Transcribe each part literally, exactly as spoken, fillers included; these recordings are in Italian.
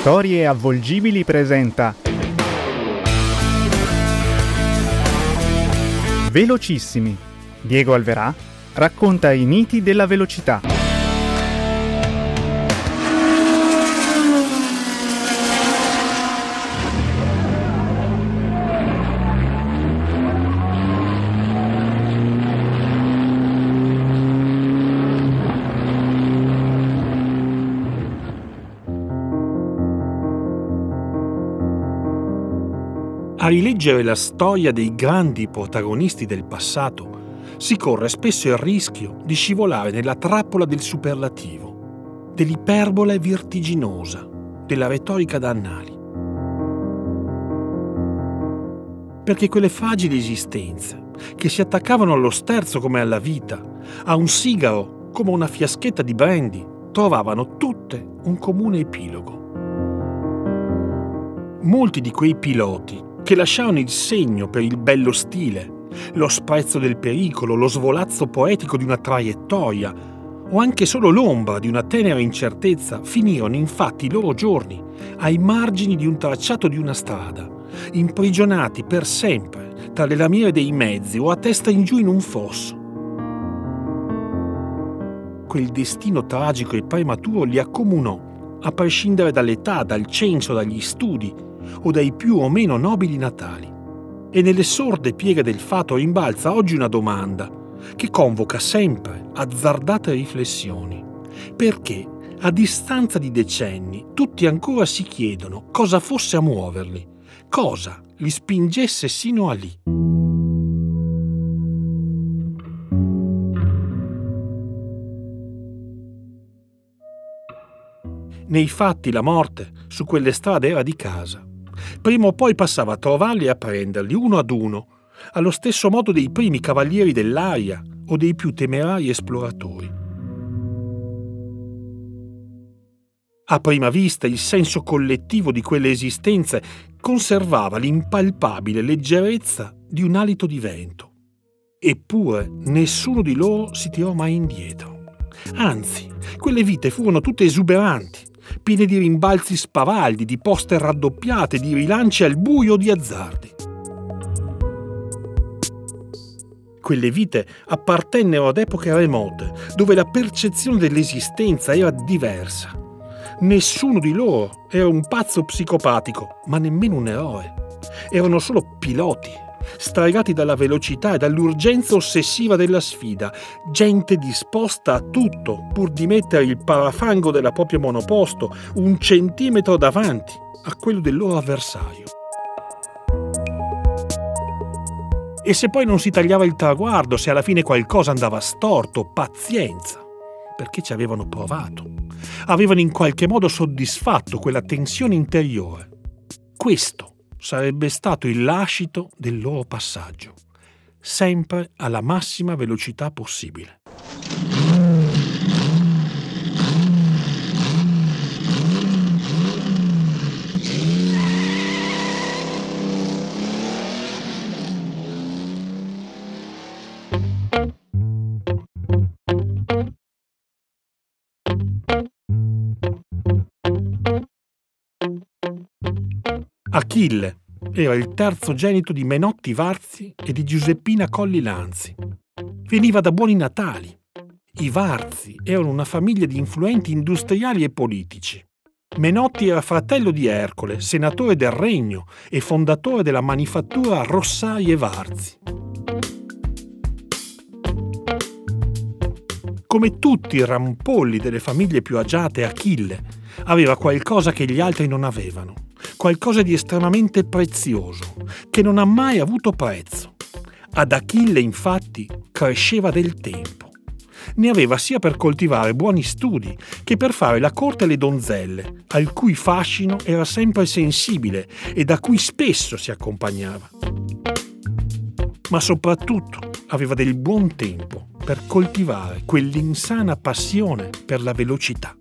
Storie Avvolgibili presenta Velocissimi. Diego Alverà racconta i miti della velocità. A rileggere la storia dei grandi protagonisti del passato si corre spesso il rischio di scivolare nella trappola del superlativo, dell'iperbole vertiginosa, della retorica da annali. Perché quelle fragili esistenze, che si attaccavano allo sterzo come alla vita, a un sigaro come una fiaschetta di brandy, trovavano tutte un comune epilogo. Molti di quei piloti che lasciarono il segno per il bello stile, lo sprezzo del pericolo, lo svolazzo poetico di una traiettoria o anche solo l'ombra di una tenera incertezza, finirono infatti i loro giorni ai margini di un tracciato di una strada, imprigionati per sempre tra le lamiere dei mezzi o a testa in giù in un fosso. Quel destino tragico e prematuro li accomunò, a prescindere dall'età, dal censo, dagli studi o dai più o meno nobili natali. E nelle sorde pieghe del fato rimbalza oggi una domanda che convoca sempre azzardate riflessioni. Perché, a distanza di decenni, tutti ancora si chiedono cosa fosse a muoverli, cosa li spingesse sino a lì. Nei fatti la morte su quelle strade era di casa. Prima o poi passava a trovarli e a prenderli, uno ad uno, allo stesso modo dei primi cavalieri dell'aria o dei più temerari esploratori. A prima vista il senso collettivo di quelle esistenze conservava l'impalpabile leggerezza di un alito di vento. Eppure nessuno di loro si tirò mai indietro. Anzi, quelle vite furono tutte esuberanti, piene di rimbalzi spavaldi, di poste raddoppiate, di rilanci al buio, di azzardi. Quelle vite appartennero ad epoche remote, dove la percezione dell'esistenza era diversa. Nessuno di loro era un pazzo psicopatico, ma nemmeno un eroe. Erano solo piloti, stregati dalla velocità e dall'urgenza ossessiva della sfida, gente disposta a tutto pur di mettere il parafango della propria monoposto un centimetro davanti a quello del loro avversario. E se poi non si tagliava il traguardo, se alla fine qualcosa andava storto, pazienza, perché ci avevano provato. Avevano in qualche modo soddisfatto quella tensione interiore. Questo sarebbe stato il lascito del loro passaggio, sempre alla massima velocità possibile. Achille era il terzogenito di Menotti Varzi e di Giuseppina Colli Lanzi. Veniva da buoni natali. I Varzi erano una famiglia di influenti industriali e politici. Menotti era fratello di Ercole, senatore del Regno e fondatore della manifattura Rossai e Varzi. Come tutti i rampolli delle famiglie più agiate, Achille aveva qualcosa che gli altri non avevano. Qualcosa di estremamente prezioso, che non ha mai avuto prezzo. Ad Achille, infatti, cresceva del tempo. Ne aveva sia per coltivare buoni studi che per fare la corte alle donzelle, al cui fascino era sempre sensibile e da cui spesso si accompagnava. Ma soprattutto aveva del buon tempo per coltivare quell'insana passione per la velocità.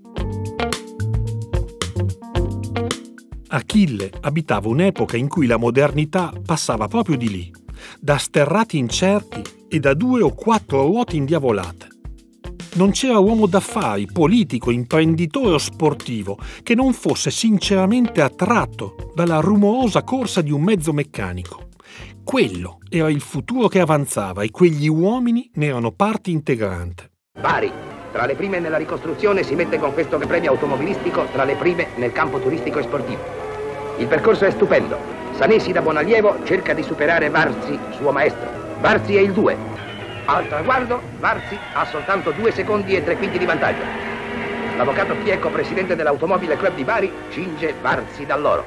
Achille abitava un'epoca in cui la modernità passava proprio di lì, da sterrati incerti e da due o quattro ruote indiavolate. Non c'era uomo d'affari, politico, imprenditore o sportivo che non fosse sinceramente attratto dalla rumorosa corsa di un mezzo meccanico. Quello era il futuro che avanzava e quegli uomini ne erano parte integrante. Bari, tra le prime nella ricostruzione, si mette con questo premio automobilistico tra le prime nel campo turistico e sportivo. Il percorso è stupendo. Sanesi da buonallievo cerca di superare Varzi, suo maestro. Varzi è il due. Al traguardo, Varzi ha soltanto due secondi e tre quinti di vantaggio. L'avvocato Chieco, presidente dell'Automobile Club di Bari, cinge Varzi dall'oro.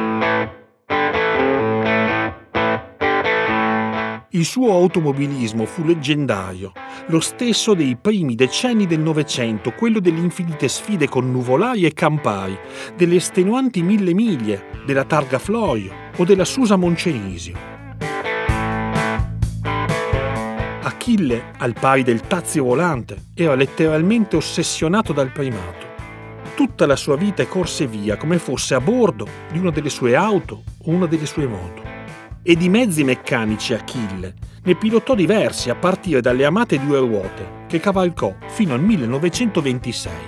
Il suo automobilismo fu leggendario, lo stesso dei primi decenni del Novecento, quello delle infinite sfide con nuvolai e campari, delle estenuanti mille miglia, della targa Florio o della Susa Moncenisio. Achille, al pari del Tazio volante, era letteralmente ossessionato dal primato. Tutta la sua vita corse via come fosse a bordo di una delle sue auto o una delle sue moto. E di mezzi meccanici Achille ne pilotò diversi a partire dalle amate due ruote che cavalcò fino al millenovecentoventisei.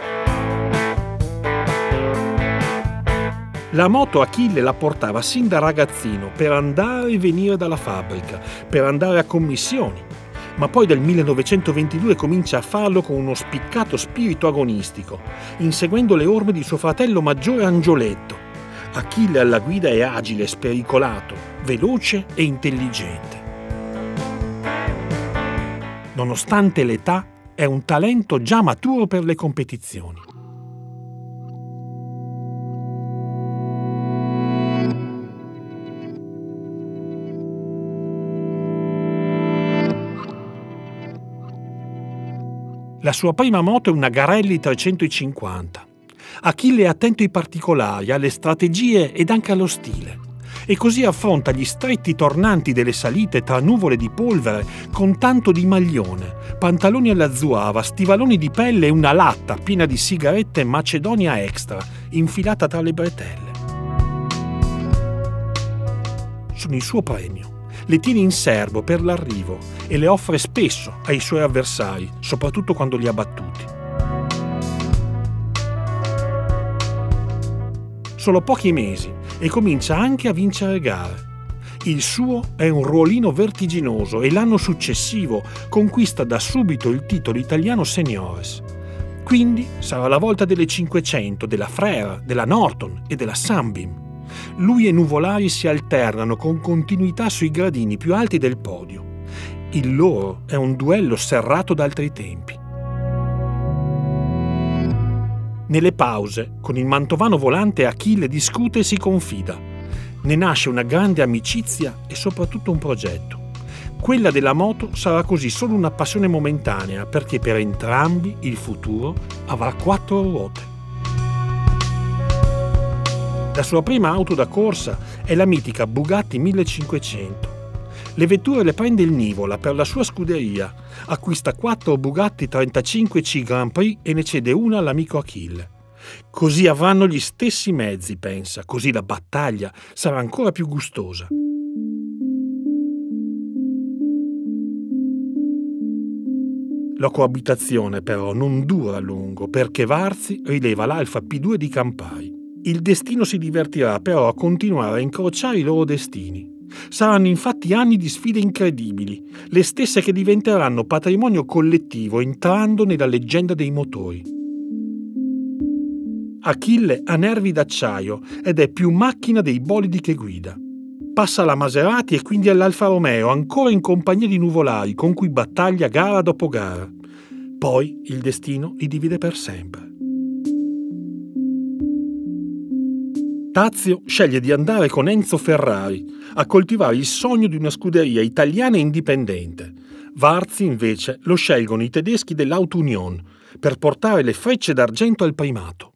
La moto Achille la portava sin da ragazzino per andare e venire dalla fabbrica, per andare a commissioni, ma poi dal millenovecentoventidue comincia a farlo con uno spiccato spirito agonistico, inseguendo le orme di suo fratello maggiore Angioletto. Achille alla guida è agile, spericolato, veloce e intelligente. Nonostante l'età, è un talento già maturo per le competizioni. La sua prima moto è una Garelli trecentocinquanta. Achille è attento ai particolari, alle strategie ed anche allo stile. E così affronta gli stretti tornanti delle salite tra nuvole di polvere con tanto di maglione, pantaloni alla zuava, stivaloni di pelle e una latta piena di sigarette Macedonia Extra infilata tra le bretelle. Sono il suo premio. Le tiene in serbo per l'arrivo e le offre spesso ai suoi avversari, soprattutto quando li ha battuti. Solo pochi mesi e comincia anche a vincere gare. Il suo è un ruolino vertiginoso e l'anno successivo conquista da subito il titolo italiano seniores. Quindi sarà la volta delle cinquecento, della Frera, della Norton e della Sunbeam. Lui e Nuvolari si alternano con continuità sui gradini più alti del podio. Il loro è un duello serrato d'altri tempi. Nelle pause, con il mantovano volante Achille discute e si confida. Ne nasce una grande amicizia e soprattutto un progetto. Quella della moto sarà così solo una passione momentanea, perché per entrambi il futuro avrà quattro ruote. La sua prima auto da corsa è la mitica Bugatti millecinquecento. Le vetture le prende il Nivola per la sua scuderia, acquista quattro Bugatti trentacinque C Grand Prix e ne cede una all'amico Achille. Così avranno gli stessi mezzi, pensa, così la battaglia sarà ancora più gustosa. La coabitazione però non dura a lungo perché Varzi rileva l'Alfa P due di Campari. Il destino si divertirà però a continuare a incrociare i loro destini. Saranno infatti anni di sfide incredibili, le stesse che diventeranno patrimonio collettivo entrando nella leggenda dei motori. Achille ha nervi d'acciaio ed è più macchina dei bolidi che guida. Passa alla Maserati e quindi all'Alfa Romeo, ancora in compagnia di Nuvolari, con cui battaglia gara dopo gara. Poi il destino li divide per sempre. Tazio sceglie di andare con Enzo Ferrari a coltivare il sogno di una scuderia italiana e indipendente. Varzi invece lo scelgono i tedeschi dell'Auto Union per portare le frecce d'argento al primato.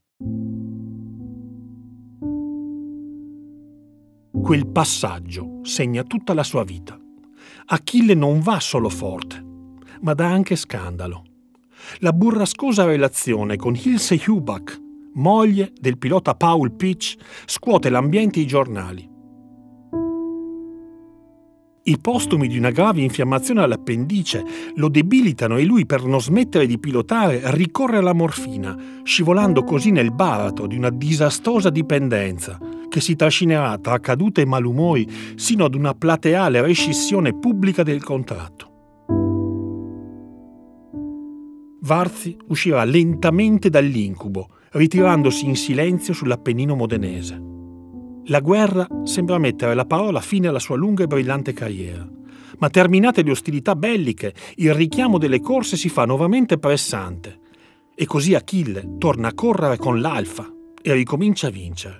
Quel passaggio segna tutta la sua vita. Achille non va solo forte, ma dà anche scandalo. La burrascosa relazione con Ilse Hubach, moglie del pilota Paul Pitsch, scuote l'ambiente e i giornali. I postumi di una grave infiammazione all'appendice lo debilitano e lui, per non smettere di pilotare, ricorre alla morfina, scivolando così nel baratro di una disastrosa dipendenza che si trascinerà tra cadute e malumori sino ad una plateale rescissione pubblica del contratto. Varzi uscirà lentamente dall'incubo, ritirandosi in silenzio sull'Appennino modenese. La guerra sembra mettere la parola fine alla sua lunga e brillante carriera, ma terminate le ostilità belliche, il richiamo delle corse si fa nuovamente pressante e così Achille torna a correre con l'Alfa e ricomincia a vincere.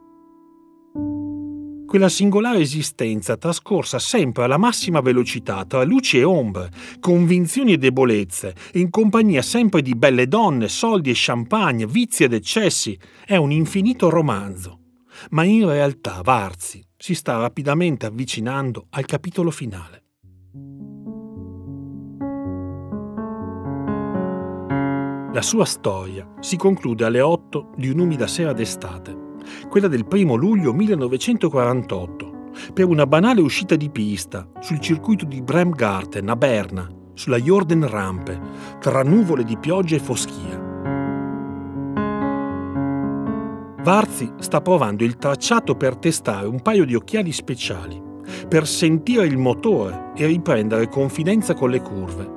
Quella singolare esistenza trascorsa sempre alla massima velocità tra luci e ombre, convinzioni e debolezze, in compagnia sempre di belle donne, soldi e champagne, vizi ed eccessi, è un infinito romanzo. Ma in realtà Varzi si sta rapidamente avvicinando al capitolo finale. La sua storia si conclude alle otto di un'umida sera d'estate, quella del primo luglio millenovecentoquarantotto, per una banale uscita di pista sul circuito di Bremgarten a Berna, sulla Jordanrampe, tra nuvole di pioggia e foschia. Varzi sta provando il tracciato per testare un paio di occhiali speciali, per sentire il motore e riprendere confidenza con le curve.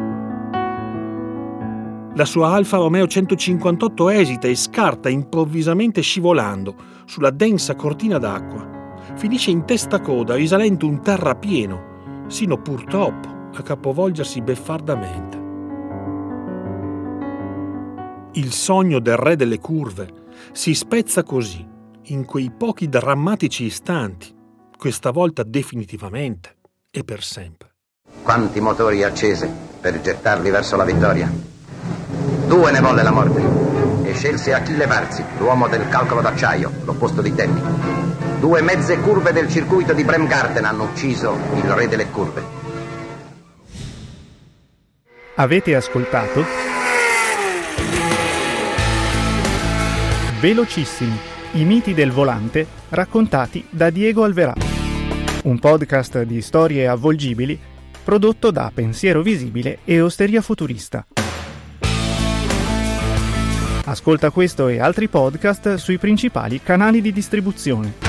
La sua Alfa Romeo centocinquantotto esita e scarta improvvisamente scivolando sulla densa cortina d'acqua. Finisce in testa coda, risalendo un terrapieno, sino purtroppo a capovolgersi beffardamente. Il sogno del re delle curve si spezza così, in quei pochi drammatici istanti, questa volta definitivamente e per sempre. Quanti motori accese per gettarli verso la vittoria? Due ne volle la morte e scelse Achille Varzi, l'uomo del calcolo d'acciaio, l'opposto di Denny. Due mezze curve del circuito di Bremgarten hanno ucciso il re delle curve. Avete ascoltato Velocissimi, i miti del volante raccontati da Diego Alverà. Un podcast di storie avvolgibili prodotto da Pensiero Visibile e Osteria Futurista. Ascolta questo e altri podcast sui principali canali di distribuzione.